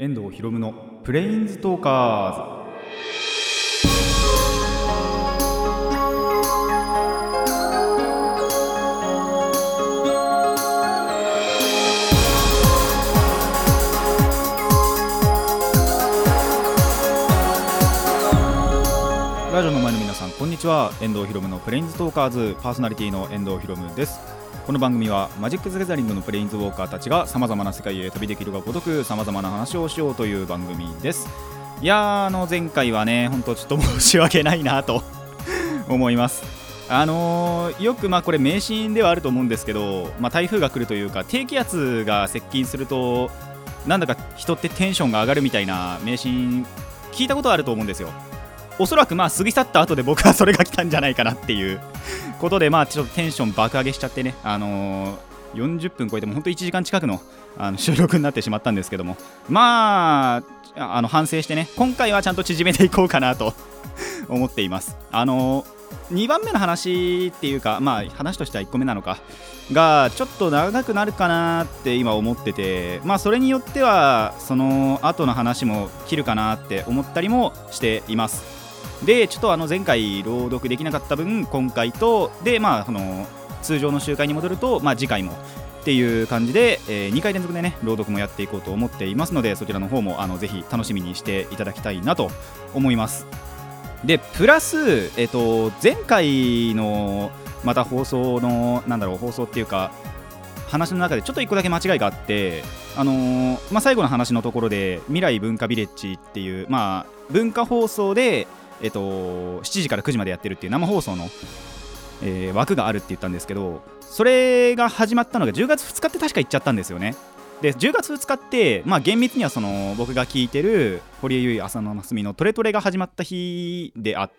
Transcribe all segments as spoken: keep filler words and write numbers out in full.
遠藤ひろむのプレインズトーカーズ。ラジオの前の皆さん、こんにちは。遠藤ひろむのプレインズトーカーズパーソナリティの遠藤ひろむです。この番組はマジック・ザ・ギャザリングのプレインズウォーカーたちがさまざまな世界へ旅できるがごとくさまざまな話をしようという番組です。いやー、あの前回はね、本当ちょっと申し訳ないなと思います。あのー、よくまあこれ迷信ではあると思うんですけど、まあ、台風が来るというか低気圧が接近するとなんだか人ってテンションが上がるみたいな迷信聞いたことあると思うんですよ。おそらくまあ過ぎ去った後で僕はそれが来たんじゃないかなっていうことで、まあちょっとテンション爆上げしちゃってね、あのー、よんじゅっぷん超えても本当いちじかん近くの、あの収録になってしまったんですけども、まあ、あの反省してね、今回はちゃんと縮めていこうかなと思っています。あのー、にばんめの話っていうか、まあ話としてはいっこめなのかがちょっと長くなるかなって今思ってて、まあそれによってはその後の話も切るかなって思ったりもしています。でちょっとあの前回朗読できなかった分、今回とで、まあ、あの通常の集会に戻ると、まあ、次回もっていう感じで、えー、にかい連続でね朗読もやっていこうと思っていますので、そちらの方もあのぜひ楽しみにしていただきたいなと思います。でプラス、えー、と前回のまた放送のなんだろう放送っていうか話の中でちょっといっこだけ間違いがあって、あのーまあ、最後の話のところで未来文化ビレッジっていう、まあ、文化放送でえっと、しちじからくじまでやってるっていう生放送の、えー、枠があるって言ったんですけど、それが始まったのがじゅうがつふつかって確か言っちゃったんですよね。でじゅうがつふつかって、まあ、厳密にはその僕が聞いてる堀江由衣浅野真澄のトレトレが始まった日であって、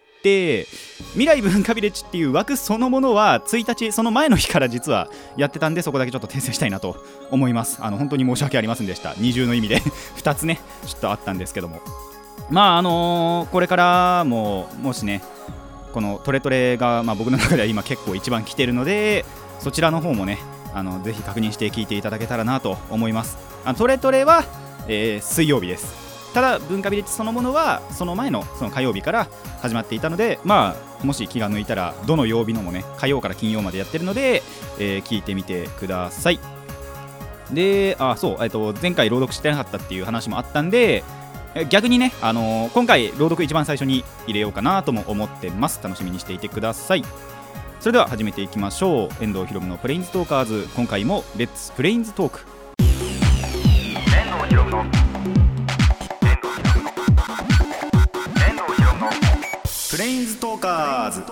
未来文化ビレッジっていう枠そのものはついたち、その前の日から実はやってたんで、そこだけちょっと訂正したいなと思います。あの本当に申し訳ありませんでした。二重の意味でふたつねちょっとあったんですけども、まああのー、これからももしねこのトレトレが、まあ、僕の中では今結構一番来てるので、そちらの方もねあのぜひ確認して聞いていただけたらなと思います。あのトレトレは、えー、水曜日です。ただ文化ビレッジそのものはその前のその火曜日から始まっていたので、まあもし気が向いたらどの曜日のもね火曜から金曜までやってるので、えー、聞いてみてください。であそう、えー、と前回朗読してなかったっていう話もあったんで、逆にね、あのー、今回朗読一番最初に入れようかなとも思ってます。楽しみにしていてください。それでは始めていきましょう。遠藤ひろむのプレインズトーカーズ、今回もレッツプレインズトーク。遠藤ひろむの遠藤ひろむの遠藤ひろむのプレインズトーカーズ。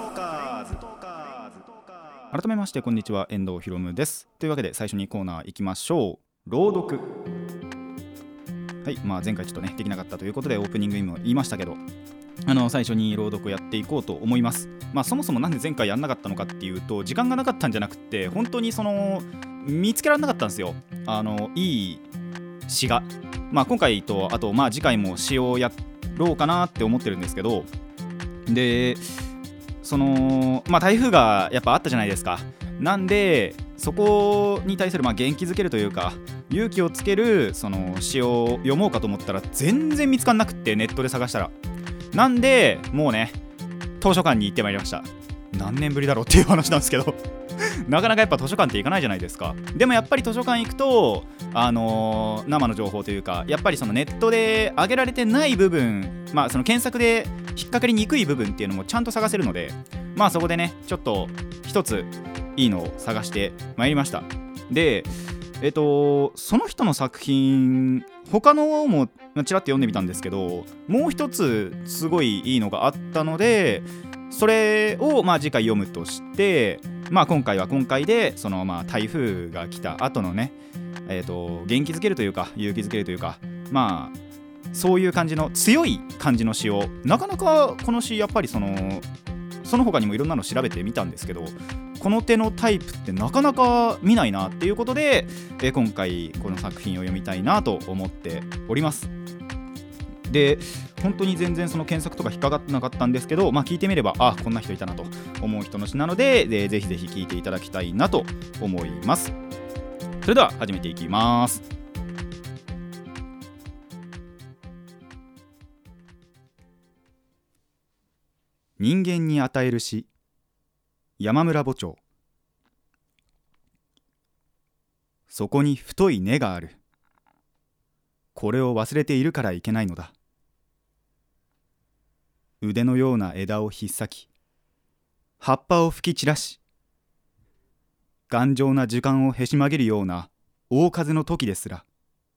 改めましてこんにちは、遠藤ひろむです。というわけで最初にコーナー行きましょう。朗読。はい、まあ、前回ちょっとねできなかったということでオープニングにも言いましたけど、あの最初に朗読をやっていこうと思います。まあそもそもなんで前回やんなかったのかっていうと、時間がなかったんじゃなくて本当にその見つけられなかったんですよ。あのいい詩が、まあ、今回とあとまあ次回も詩をやろうかなって思ってるんですけど、でそのまあ台風がやっぱあったじゃないですか。なんでそこに対するまあ元気づけるというか勇気をつけるその詩を読もうかと思ったら全然見つかんなくって、ネットで探したら。なんでもうね図書館に行ってまいりました。何年ぶりだろうっていう話なんですけどなかなかやっぱ図書館って行かないじゃないですか。でもやっぱり図書館行くと、あのー、生の情報というかやっぱりそのネットで上げられてない部分、まあその検索で引っかかりにくい部分っていうのもちゃんと探せるので、まあそこでねちょっと一ついいのを探してまいりました。でえっとその人の作品他のもちらっと読んでみたんですけど、もう一つすごいいいのがあったので、それをまあ次回読むとして、まあ今回は今回でそのまあ台風が来た後のね、えっと元気づけるというか勇気づけるというか、まあそういう感じの強い感じの詩を、なかなかこの詩やっぱりそのその他にもいろんなの調べてみたんですけど、この手のタイプってなかなか見ないなっていうことで、え今回この作品を読みたいなと思っております。で本当に全然その検索とか引っかかってなかったんですけど、まあ聞いてみればあこんな人いたなと思う人の詩なので、でぜひぜひ聞いていただきたいなと思います。それでは始めていきます。 人間に与える詩。山村墓長。そこに太い根がある。これを忘れているからいけないのだ。腕のような枝を引っ裂き、葉っぱを吹き散らし、頑丈な樹幹をへし曲げるような大風の時ですら、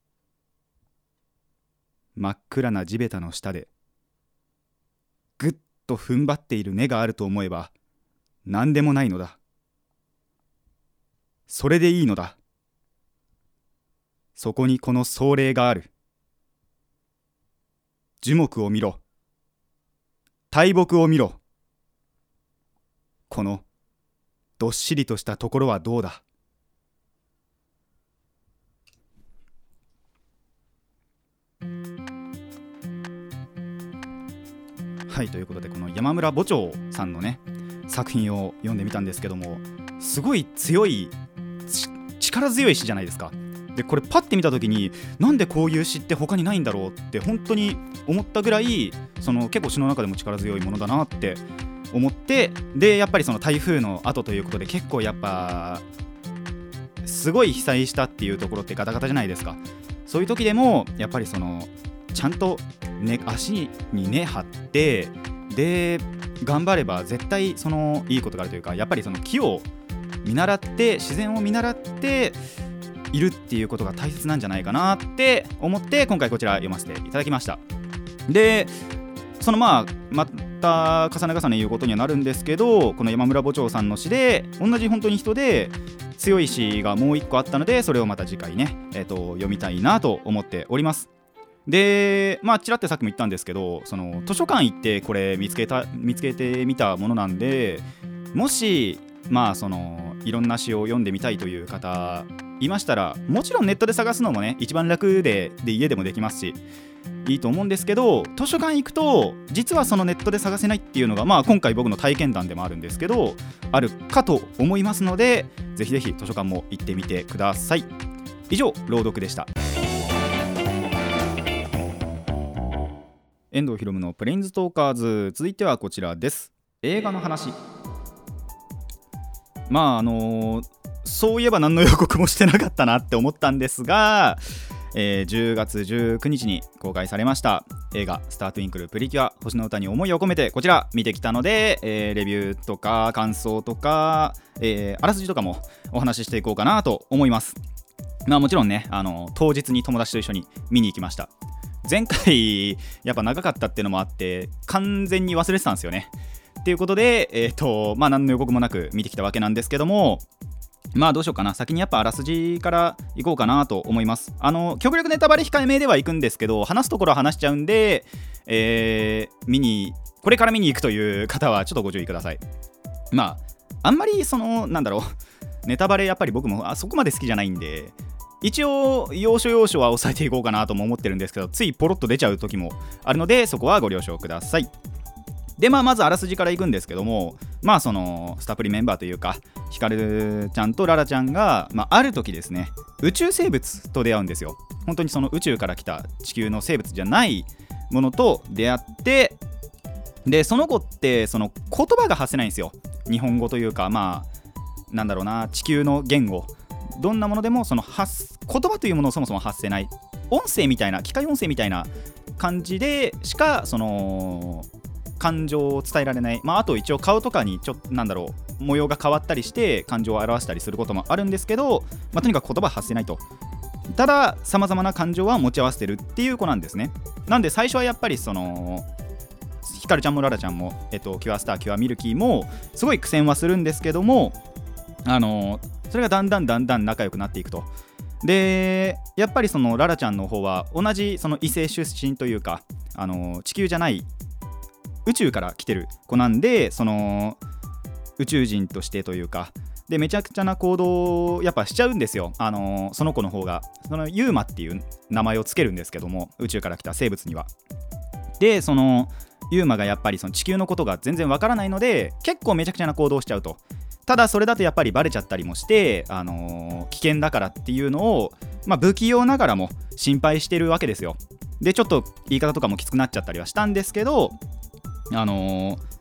真っ暗な地べたの下でぐっと踏ん張っている根があると思えば何でもないのだ。それでいいのだ。そこにこの壮麗がある。樹木を見ろ。大木を見ろ。このどっしりとしたところはどうだ。はい、ということでこの山村墓長さんのね作品を読んでみたんですけども、すごい強い力強い詩じゃないですか。でこれパッて見た時になんでこういう詩って他にないんだろうって本当に思ったぐらい、その結構詩の中でも力強いものだなって思って、でやっぱりその台風の後ということで結構やっぱすごい被災したっていうところってガタガタじゃないですか。そういう時でもやっぱりそのちゃんと、ね、足に根張ってで頑張れば絶対そのいいことがあるというか、やっぱりその木を見習って自然を見習っているっていうことが大切なんじゃないかなって思って今回こちら読ませていただきました。でそのまあまた重ね重ね言うことにはなるんですけど、この山村墓長さんの詩で同じ本当に人で強い詩がもう一個あったので、それをまた次回ね、えーと、読みたいなと思っております。でまあちらってさっきも言ったんですけど、その図書館行ってこれ見つけた見つけてみたものなんで、もしまあそのいろんな詩を読んでみたいという方いましたら、もちろんネットで探すのもね一番楽で、で家でもできますしいいと思うんですけど、図書館行くと実はそのネットで探せないっていうのが、まあ今回僕の体験談でもあるんですけどあるかと思いますので、ぜひぜひ図書館も行ってみてください。以上朗読でした。遠藤ひろむのプレインズトーカーズ、続いてはこちらです。映画の話。まああのー、そういえば何の予告もしてなかったなって思ったんですが、えー、じゅうがつじゅうくにちに公開されました映画スタートゥインクルプリキュア星の歌に思いを込めて、こちら見てきたので、えー、レビューとか感想とか、えー、あらすじとかもお話ししていこうかなと思います。まあもちろんね、あの当日に友達と一緒に見に行きました。前回やっぱ長かったっていうのもあって完全に忘れてたんですよね。っていうことで、えーとまあ、何の予告もなく見てきたわけなんですけども、まあどうしようかな、先にやっぱあらすじからいこうかなと思います。あの極力ネタバレ控えめではいくんですけど、話すところは話しちゃうんで、えー、見にこれから見に行くという方はちょっとご注意ください。まああんまりそのなんだろうネタバレやっぱり僕もあそこまで好きじゃないんで、一応要所要所は抑えていこうかなとも思ってるんですけど、ついポロッと出ちゃう時もあるので、そこはご了承ください。でまあまずあらすじからいくんですけども、まあそのスタプリメンバーというかヒカルちゃんとララちゃんが、まあ、ある時ですね宇宙生物と出会うんですよ。本当にその宇宙から来た地球の生物じゃないものと出会って、でその子ってその言葉が発せないんですよ。日本語というか、まあなんだろうな、地球の言語どんなものでもその発言葉というものをそもそも発せない、音声みたいな機械音声みたいな感じでしかその感情を伝えられない、まあ、あと一応顔とかにちょっとなんだろう模様が変わったりして感情を表したりすることもあるんですけど、まあ、とにかく言葉発せないと。たださまざまな感情は持ち合わせてるっていう子なんですね。なんで最初はやっぱりそのヒカルちゃんもララちゃんも、えっと、キュアスターキュアミルキーもすごい苦戦はするんですけども、あのそれがだんだんだんだん仲良くなっていくと。でやっぱりそのララちゃんの方は同じその異星出身というか、あの地球じゃない宇宙から来てる子なんで、その宇宙人としてというかでめちゃくちゃな行動をやっぱしちゃうんですよ。あのその子の方がそのユーマっていう名前をつけるんですけども、宇宙から来た生物には。でそのユーマがやっぱりその地球のことが全然わからないので結構めちゃくちゃな行動をしちゃうと。ただそれだとやっぱりバレちゃったりもして、あのー、危険だからっていうのを、まあ、不器用ながらも心配してるわけですよ。でちょっと言い方とかもきつくなっちゃったりはしたんですけど、あのー、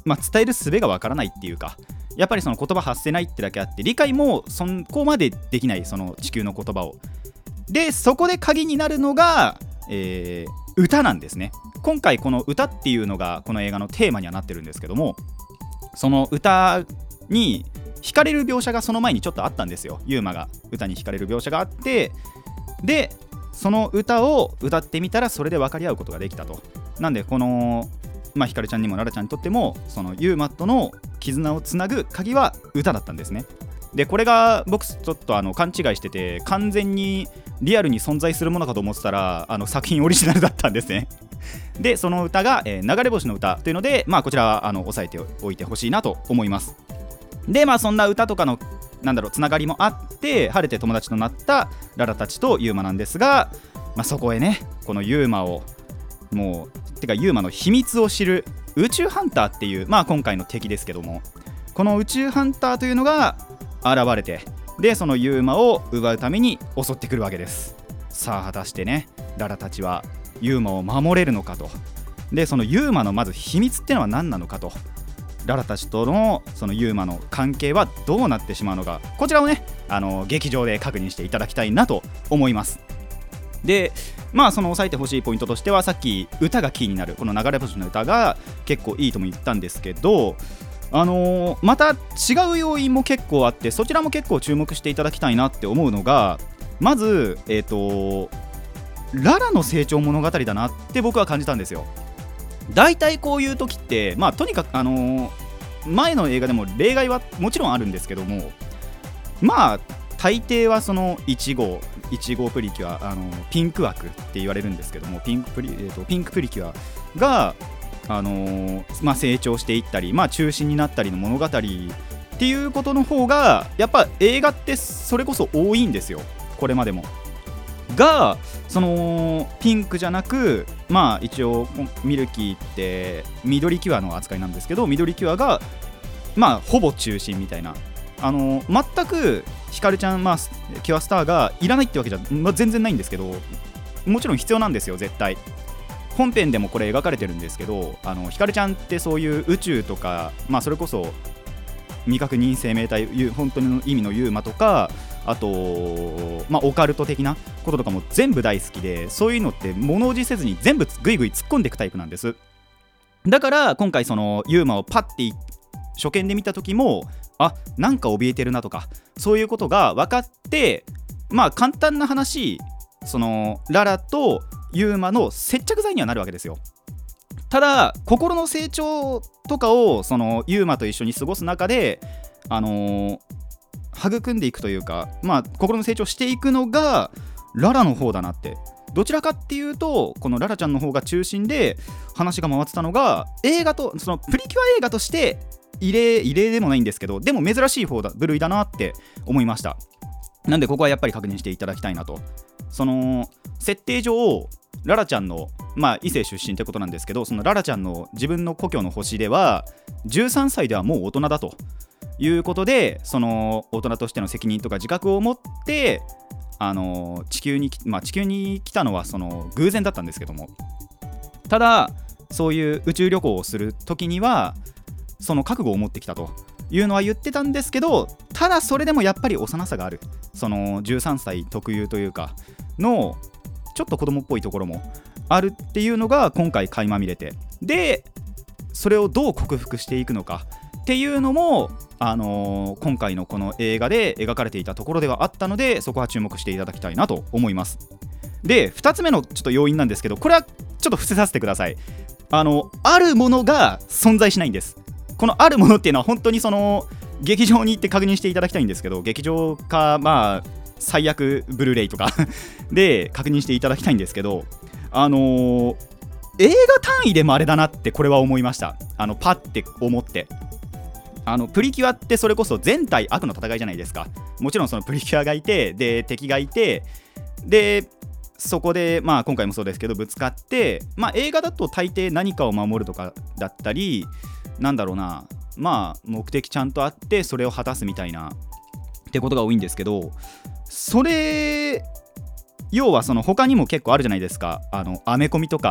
まあ、伝える術がわからないっていうか、やっぱりその言葉発せないってだけあって理解もそこまでできない、その地球の言葉を。でそこで鍵になるのが、えー、歌なんですね。今回この歌っていうのがこの映画のテーマにはなってるんですけども、その歌に惹かれる描写がその前にちょっとあったんですよ。ユーマが歌に惹かれる描写があって、でその歌を歌ってみたらそれで分かり合うことができたと。なんでこのまあひかるちゃんにもララちゃんにとってもそのユーマとの絆をつなぐ鍵は歌だったんですね。でこれが僕ちょっとあの勘違いしてて、完全にリアルに存在するものかと思ってたら、あの作品オリジナルだったんですね。でその歌が、えー、流れ星の歌というので、まあ、こちらはあの押さえておいてほしいなと思います。でまあそんな歌とかのなんだろうつながりもあって晴れて友達となったララたちとユーマなんですが、まあ、そこへねこのユーマをもうてかユーマの秘密を知る宇宙ハンターっていう、まあ、今回の敵ですけども、この宇宙ハンターというのが現れて、でそのユーマを奪うために襲ってくるわけです。さあ果たしてねララたちはユーマを守れるのかと。でそのユーマのまず秘密ってのは何なのかと、ララたちとのそのユーマの関係はどうなってしまうのか、こちらをねあの劇場で確認していただきたいなと思います。でまあその押さえてほしいポイントとしては、さっき歌がキーになるこの流れ星の歌が結構いいとも言ったんですけど、あのー、また違う要因も結構あって、そちらも結構注目していただきたいなって思うのが、まずえっとララの成長物語だなって僕は感じたんですよ。だいたいこういう時ってまあとにかくあのー、前の映画でも例外はもちろんあるんですけども、まあ大抵はそのいち号いち号プリキュア、あのピンク枠って言われるんですけども、ピンクプリ、えーと、ピンクプリキュアが、あのーまあ、成長していったり、まあ、中心になったりの物語っていうことの方がやっぱ映画ってそれこそ多いんですよ、これまでも。がそのピンクじゃなく、まあ一応ミルキーって緑キュアの扱いなんですけど、緑キュアがまあほぼ中心みたいな、あのー、全くヒカルちゃん、まあ、キュアスターがいらないってわけじゃ、まあ、全然ないんですけど、もちろん必要なんですよ絶対。本編でもこれ描かれてるんですけど、あのヒカルちゃんってそういう宇宙とか、まあ、それこそ未確認生命体、本当の意味のユーマとか、あと、まあ、オカルト的なこととかも全部大好きで、そういうのって物おじせずに全部グイグイ突っ込んでいくタイプなんです。だから今回そのユーマをパッて初見で見た時も、あ、なんか怯えてるなとかそういうことが分かって、まあ簡単な話、そのララとユーマの接着剤にはなるわけですよ。ただ心の成長とかをそのユーマと一緒に過ごす中で、あのー、育んでいくというか、まあ心の成長していくのがララの方だなって。どちらかっていうとこのララちゃんの方が中心で話が回ってたのが、映画とそのプリキュア映画として異例異例でもないんですけど、でも珍しい方だ部類だなって思いました。なんでここはやっぱり確認していただきたいなと。その設定上ララちゃんの、まあ異性出身ってことなんですけど、そのララちゃんの自分の故郷の星ではじゅうさんさいではもう大人だということで、その大人としての責任とか自覚を持ってあの地球に、まあ、地球に来たのはその偶然だったんですけども、ただそういう宇宙旅行をする時にはその覚悟を持ってきたというのは言ってたんですけど、ただそれでもやっぱり幼さがある、そのじゅうさんさい特有というかのちょっと子供っぽいところもあるっていうのが今回垣間見れて、でそれをどう克服していくのかっていうのも、あのー、今回のこの映画で描かれていたところではあったので、そこは注目していただきたいなと思います。でふたつめのちょっと要因なんですけど、これはちょっと伏せさせてください。あのあるものが存在しないんです。このあるものっていうのは本当にその劇場に行って確認していただきたいんですけど、劇場かまあ最悪ブルーレイとかで確認していただきたいんですけど、あのー、映画単位でもあれだなってこれは思いました。あのパッて思って、あのプリキュアってそれこそ全体悪の戦いじゃないですか。もちろんそのプリキュアがいて、で敵がいて、でそこでまあ今回もそうですけどぶつかって、まあ映画だと大抵何かを守るとかだったり、なんだろうな、まあ目的ちゃんとあってそれを果たすみたいなってことが多いんですけど、それ要はその他にも結構あるじゃないですか。あのアメコミとか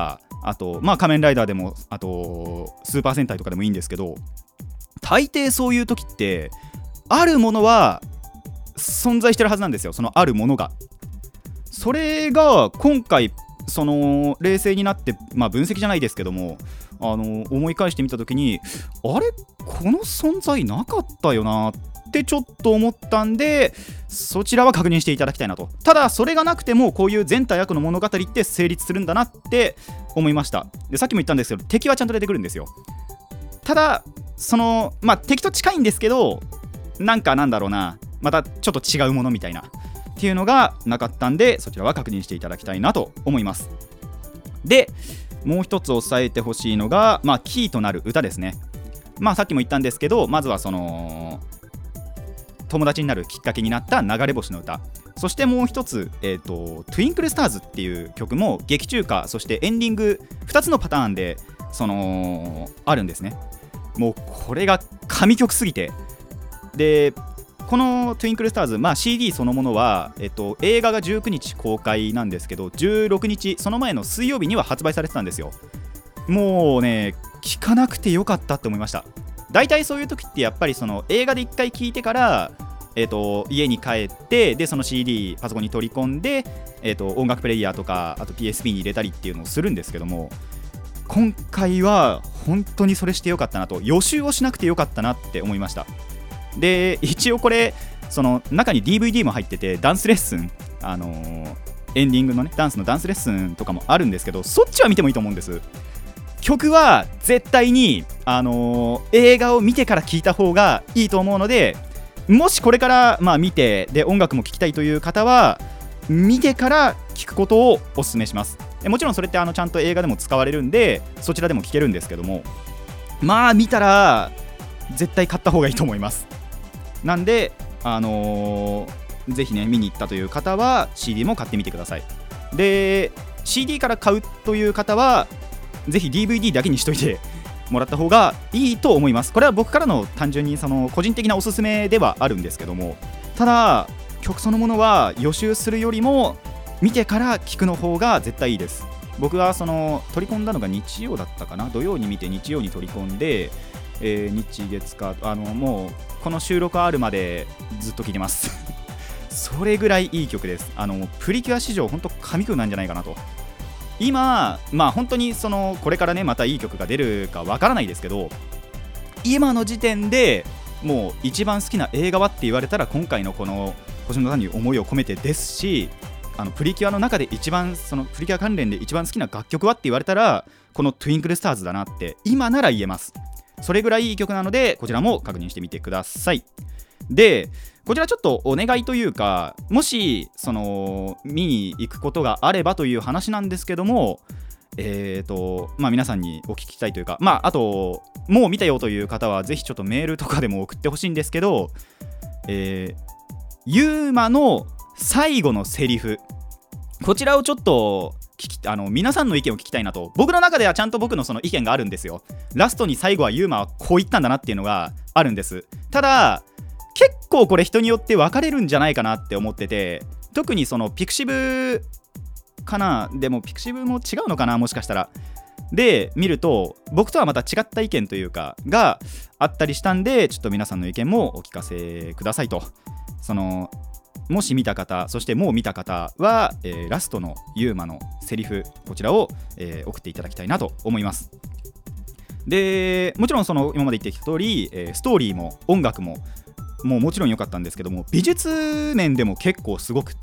あとまあ仮面ライダーでも、あとスーパー戦隊とかでもいいんですけど、大抵そういう時ってあるものは存在してるはずなんですよ。そのあるものが、それが今回その冷静になって、まあ、分析じゃないですけども、あの思い返してみた時に、あれこの存在なかったよなってちょっと思ったんで、そちらは確認していただきたいなと。ただそれがなくてもこういう善対悪の物語って成立するんだなって思いました。でさっきも言ったんですけど、敵はちゃんと出てくるんですよ。ただそのまあ敵と近いんですけど、なんかなんだろうな、またちょっと違うものみたいなっていうのがなかったんで、そちらは確認していただきたいなと思います。でもう一つ押さえてほしいのが、まあ、キーとなる歌ですね。まあさっきも言ったんですけど、まずはその友達になるきっかけになった流れ星の歌、そしてもう一つ、えーと、トゥインクルスターズっていう曲も劇中歌、そしてエンディングふたつのパターンでそのあるんですね。もうこれが神曲すぎて、でこのトゥインクルスターズ、まあ、シーディー そのものは、えっと、映画がじゅうくにち公開なんですけど、じゅうろくにちその前の水曜日には発売されてたんですよ。もうね、聴かなくてよかったって思いました。だいたいそういう時ってやっぱりその映画でいっかい聴いてから、えっと、家に帰って、でその シーディー パソコンに取り込んで、えっと、音楽プレイヤーとかあと ピーエスピー に入れたりっていうのをするんですけども、今回は本当にそれしてよかったなと、予習をしなくてよかったなって思いました。で一応これその中に ディーブイディー も入ってて、ダンスレッスン、あのー、エンディングのねダンスのダンスレッスンとかもあるんですけど、そっちは見てもいいと思うんです。曲は絶対に、あのー、映画を見てから聴いた方がいいと思うので、もしこれから、まあ、見てで音楽も聴きたいという方は見てから聴くことをお勧めします。もちろんそれってあのちゃんと映画でも使われるんで、そちらでも聴けるんですけども、まあ見たら絶対買った方がいいと思います。なんで、あのー、ぜひね見に行ったという方は シーディー も買ってみてください。で シーディー から買うという方はぜひ ディーブイディー だけにしといてもらった方がいいと思います。これは僕からの単純にその個人的なおすすめではあるんですけども、ただ曲そのものは予習するよりも見てから聴くの方が絶対いいです。僕はその取り込んだのが日曜だったかな、土曜に見て日曜に取り込んで、えー、日月か、あのもうこの収録あるまでずっと聴いてますそれぐらいいい曲です。あのプリキュア史上本当神曲なんじゃないかなと。今まあ本当にそのこれからねまたいい曲が出るかわからないですけど、今の時点でもう一番好きな映画はって言われたら今回のこの星の谷に思いを込めてですし、あのプリキュアの中で一番そのプリキュア関連で一番好きな楽曲はって言われたらこのトゥインクルスターズだなって今なら言えます。それぐらいいい曲なのでこちらも確認してみてください。でこちらちょっとお願いというか、もしその見に行くことがあればという話なんですけども、えーとまあ皆さんにお聞きしたいというか、まああともう見たよという方はぜひちょっとメールとかでも送ってほしいんですけど、えー、ユーマの最後のセリフ、こちらをちょっと聞きあの皆さんの意見を聞きたいなと。僕の中ではちゃんと僕のその意見があるんですよ。ラストに最後はユーマはこう言ったんだなっていうのがあるんです。ただ結構これ人によって分かれるんじゃないかなって思ってて、特にそのピクシブかな、でもピクシブも違うのかな、もしかしたらで見ると僕とはまた違った意見というかがあったりしたんで、ちょっと皆さんの意見もお聞かせくださいと。そのもし見た方、そしてもう見た方は、えー、ラストのユーマのセリフ、こちらを、えー、送っていただきたいなと思います。でもちろんその今まで言ってきた通り、えー、ストーリーも音楽ももうもちろん良かったんですけども、美術面でも結構すごくって、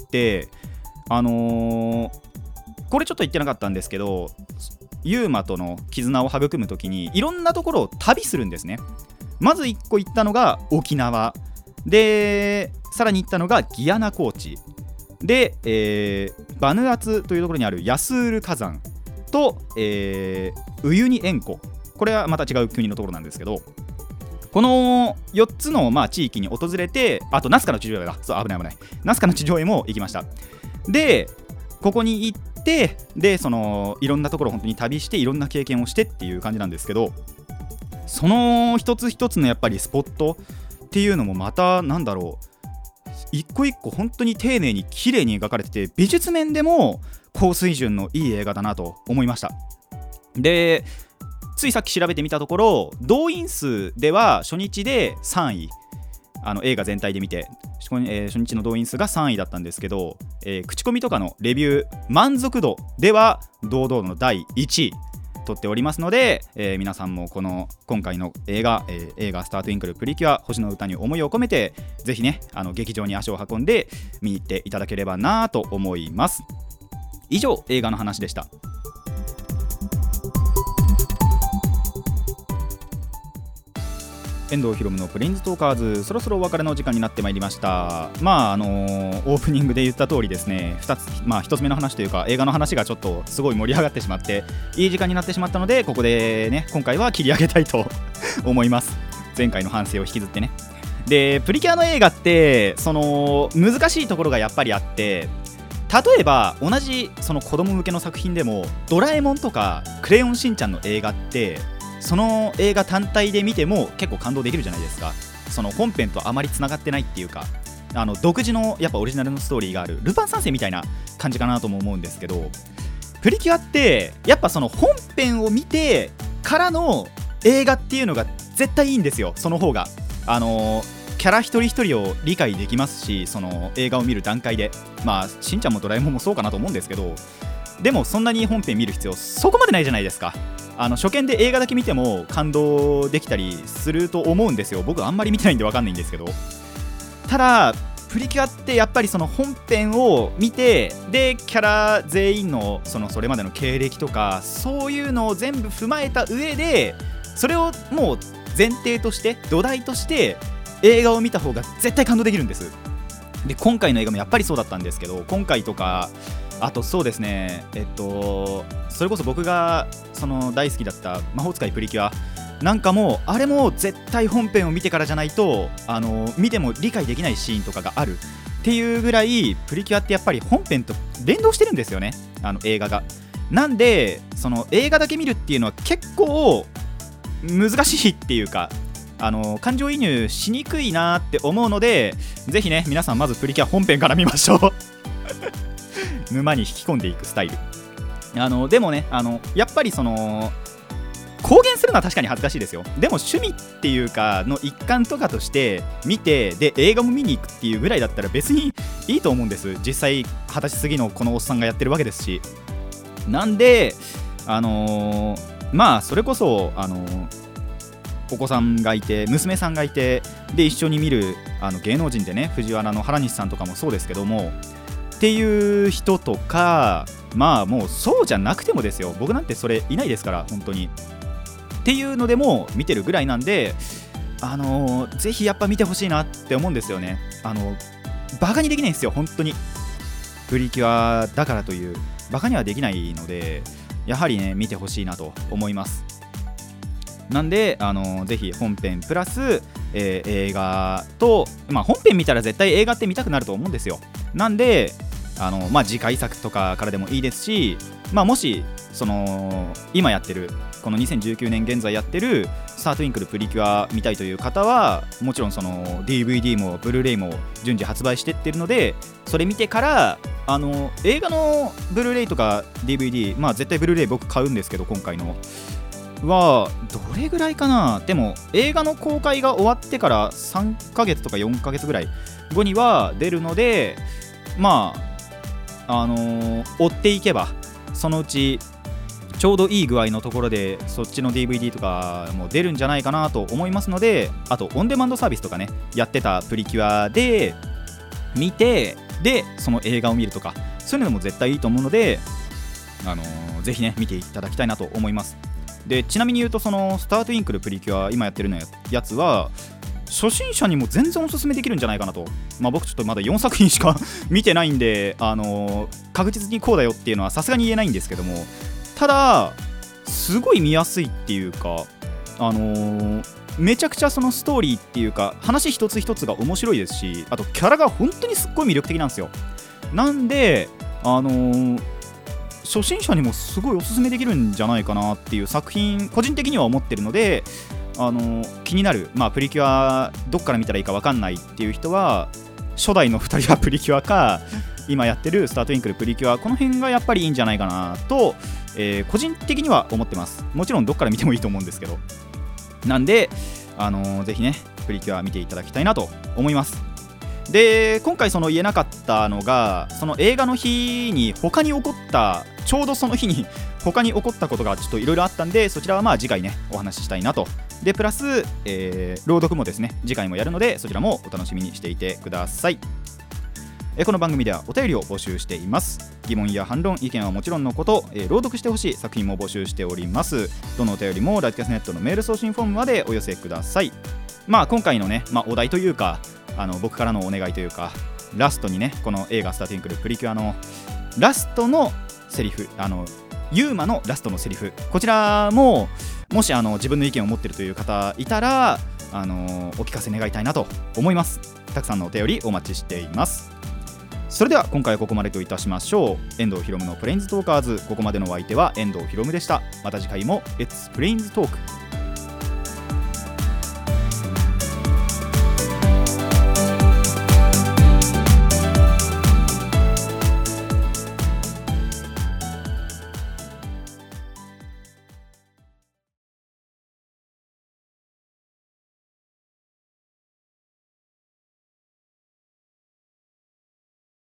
あのー、これちょっと言ってなかったんですけど、ユーマとの絆を育むときにいろんなところを旅するんですね。まずいっこ行ったのが沖縄で、さらに行ったのがギアナ高地で、えー、バヌアツというところにあるヤスール火山と、えー、ウユニ塩湖、これはまた違う国のところなんですけど、このよっつの、まあ、地域に訪れて、あとナスカの地上絵だ、そう危ない危ない、ナスカの地上絵も行きました。でここに行って、でそのいろんなところを本当に旅していろんな経験をしてっていう感じなんですけど、その一つ一つのやっぱりスポットっていうのもまたなんだろう、一個一個本当に丁寧に綺麗に描かれてて、美術面でも高水準のいい映画だなと思いました。 でついさっき調べてみたところ、動員数では初日でさんい、あの映画全体で見て、えー、初日の動員数がさんいだったんですけど、えー、口コミとかのレビュー満足度では堂々のだいいちい取っておりますので、えー、皆さんもこの今回の映画、えー、映画スター・トゥインクルプリキュア星の歌に思いを込めて、ぜひねあの劇場に足を運んで見に行っていただければなと思います。以上、映画の話でした。遠藤ひろむのプレインズトーカーズ、そろそろお別れの時間になってまいりました。まああのー、オープニングで言った通りですね、ふたつ、まあ、ひとつめの話というか映画の話がちょっとすごい盛り上がってしまっていい時間になってしまったので、ここでね今回は切り上げたいと思います。前回の反省を引きずってね。でプリキュアの映画ってその難しいところがやっぱりあって、例えば同じその子供向けの作品でもドラえもんとかクレヨンしんちゃんの映画ってその映画単体で見ても結構感動できるじゃないですか。その本編とあまりつながってないっていうか、あの独自のやっぱオリジナルのストーリーがあるルパン三世みたいな感じかなとも思うんですけど、プリキュアってやっぱその本編を見てからの映画っていうのが絶対いいんですよ。その方があのキャラ一人一人を理解できますし、その映画を見る段階で、まあしんちゃんもドラえもんもそうかなと思うんですけど、でもそんなに本編見る必要そこまでないじゃないですか。あの初見で映画だけ見ても感動できたりすると思うんですよ。僕あんまり見てないんで分かんないんですけど、ただプリキュアってやっぱりその本編を見て、でキャラ全員の そのそれまでの経歴とかそういうのを全部踏まえた上で、それをもう前提として土台として映画を見た方が絶対感動できるんです。で今回の映画もやっぱりそうだったんですけど、今回とかあとそうですね、えっとそれこそ僕がその大好きだった魔法使いプリキュアなんかも、あれも絶対本編を見てからじゃないとあの見ても理解できないシーンとかがあるっていうぐらい、プリキュアってやっぱり本編と連動してるんですよね、あの映画が。なんでその映画だけ見るっていうのは結構難しいっていうか、あの感情移入しにくいなって思うので、ぜひね皆さんまずプリキュア本編から見ましょう沼に引き込んでいくスタイル。あのでもねあのやっぱりその公言するのは確かに恥ずかしいですよ。でも趣味っていうかの一環とかとして見て、で映画も見に行くっていうぐらいだったら別にいいと思うんです。実際はたち過ぎのこのおっさんがやってるわけですし。なんであのー、まあそれこそあのー、お子さんがいて娘さんがいてで一緒に見るあの芸能人でね、藤原の原西さんとかもそうですけどもっていう人とか、まあもうそうじゃなくてもですよ、僕なんてそれいないですから本当にっていうのでも見てるぐらいなんで、あのー、ぜひやっぱ見てほしいなって思うんですよね。あのバカにできないんですよ本当に。プリキュアだからというバカにはできないので、やはりね見てほしいなと思います。なんで、あのー、ぜひ本編プラス、えー、映画と、まあ、本編見たら絶対映画って見たくなると思うんですよ。なんであの、まあ、次回作とかからでもいいですし、まあ、もしその今やってるこのにせんじゅうきゅうねん現在やってるスター・トゥインクルプリキュア見たいという方は、もちろんその ディーブイディー もブルーレイも順次発売してってるので、それ見てからあの映画のブルーレイとか ディーブイディー、まあ絶対ブルーレイ僕買うんですけど、今回のはどれぐらいかな。でも映画の公開が終わってからさんかげつとかよんかげつぐらい後には出るので、まああのー、追っていけばそのうちちょうどいい具合のところでそっちの ディーブイディー とかも出るんじゃないかなと思いますので、あとオンデマンドサービスとかねやってたプリキュアで見て、でその映画を見るとかそういうのも絶対いいと思うので、あのー、ぜひね見ていただきたいなと思います。でちなみに言うと、そのスター・トゥインクルプリキュア今やってるのやつは初心者にも全然おすすめできるんじゃないかなと。まあ僕ちょっとまだよんさく品しか見てないんで、あのー、確実にこうだよっていうのはさすがに言えないんですけども、ただすごい見やすいっていうか、あのー、めちゃくちゃそのストーリーっていうか話一つ一つが面白いですし、あとキャラが本当にすっごい魅力的なんですよ。なんであのー初心者にもすごいおすすめできるんじゃないかなっていう作品個人的には思ってるので、あの気になる、まあ、プリキュアどっから見たらいいか分かんないっていう人は初代のふたりはプリキュアか今やってるスター・トゥインクルプリキュア、この辺がやっぱりいいんじゃないかなとえー、個人的には思ってます。もちろんどっから見てもいいと思うんですけど、なんで、あのー、ぜひねプリキュア見ていただきたいなと思います。で今回その言えなかったのが、その映画の日に他に起こったちょうどその日に他に起こったことがちょっといろいろあったんで、そちらはまあ次回ねお話ししたいなと。でプラス、えー、朗読もですね次回もやるので、そちらもお楽しみにしていてください。えこの番組ではお便りを募集しています。疑問や反論、意見はもちろんのこと、えー、朗読してほしい作品も募集しております。どのお便りもライトキャスネットのメール送信フォームまでお寄せください。まあ今回のね、まあ、お題というか、あの僕からのお願いというか、ラストにねこの映画スターティンクルプリキュアのラストのセリフ、あのユーマのラストのセリフ、こちらももしあの自分の意見を持っているという方いたら、あのお聞かせ願いたいなと思います。たくさんのお便りお待ちしています。それでは今回はここまでといたしましょう。遠藤ひろむのプレインズトーカーズ、ここまでのお相手は遠藤ひろむでした。また次回もレッツプレインズトーク。